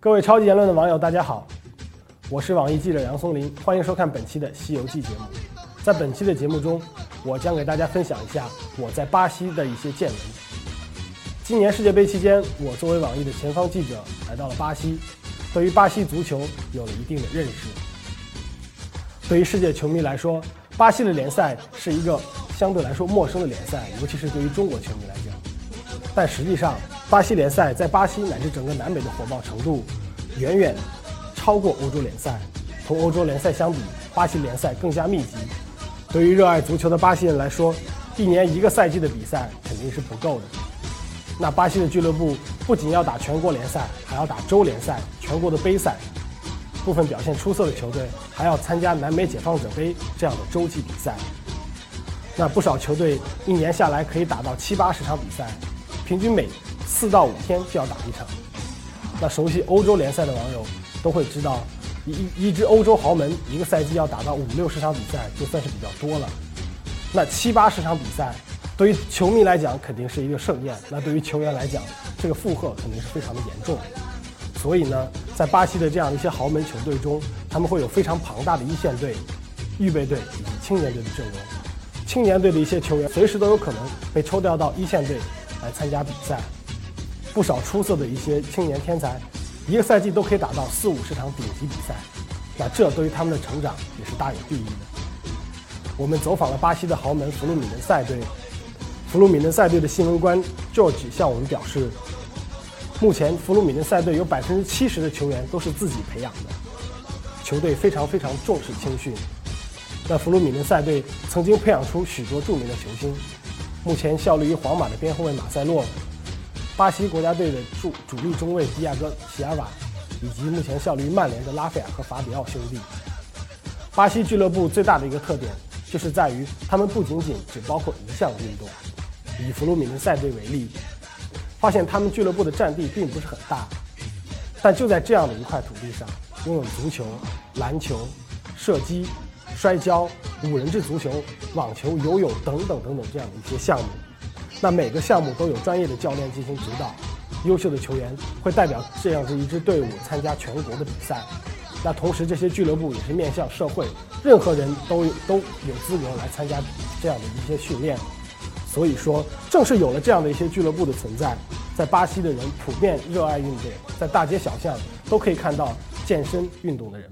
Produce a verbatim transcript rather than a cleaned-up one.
各位超级言论的网友，大家好，我是网易记者杨松林，欢迎收看本期的《西游记》节目。在本期的节目中，我将给大家分享一下我在巴西的一些见闻。今年世界杯期间，我作为网易的前方记者来到了巴西，对于巴西足球有了一定的认识。对于世界球迷来说，巴西的联赛是一个相对来说陌生的联赛，尤其是对于中国球迷来讲。但实际上，巴西联赛在巴西乃至整个南北的火爆程度，远远超过欧洲联赛。同欧洲联赛相比，巴西联赛更加密集。对于热爱足球的巴西人来说，一年一个赛季的比赛肯定是不够的。那巴西的俱乐部不仅要打全国联赛，还要打州联赛、全国的杯赛。部分表现出色的球队还要参加南美解放者杯这样的洲际比赛。那不少球队一年下来可以打到七八十场比赛，平均每四到五天就要打一场。那熟悉欧洲联赛的网友都会知道，一一支欧洲豪门一个赛季要打到五六十场比赛就算是比较多了。那七八十场比赛对于球迷来讲肯定是一个盛宴，那对于球员来讲，这个负荷肯定是非常的严重。所以呢，在巴西的这样一些豪门球队中，他们会有非常庞大的一线队、预备队以及青年队的阵容。青年队的一些球员随时都有可能被抽调到一线队来参加比赛。不少出色的一些青年天才，一个赛季都可以打到四五十场顶级比赛。那这对于他们的成长也是大有裨益的。我们走访了巴西的豪门弗鲁米嫩塞队，弗鲁米嫩塞队的新闻官 George 向我们表示，目前弗鲁米嫩塞队有百分之七十的球员都是自己培养的，球队非常非常重视青训。那弗鲁米嫩塞队曾经培养出许多著名的球星，目前效力于皇马的边后卫马塞洛，巴西国家队的主主力中卫迪亚哥席尔瓦，以及目前效力于曼联的拉斐尔和法比奥兄弟。巴西俱乐部最大的一个特点就是在于他们不仅仅只包括一项运动。以弗鲁米嫩塞队为例，发现他们俱乐部的占地并不是很大，但就在这样的一块土地上，拥有足球、篮球、射击、摔跤、五人制足球、网球、游泳等等等等这样的一些项目。那每个项目都有专业的教练进行指导，优秀的球员会代表这样的一支队伍参加全国的比赛。那同时这些俱乐部也是面向社会，任何人都有都有资格来参加这样的一些训练。所以说，正是有了这样的一些俱乐部的存在，在巴西的人普遍热爱运动，在大街小巷都可以看到健身运动的人。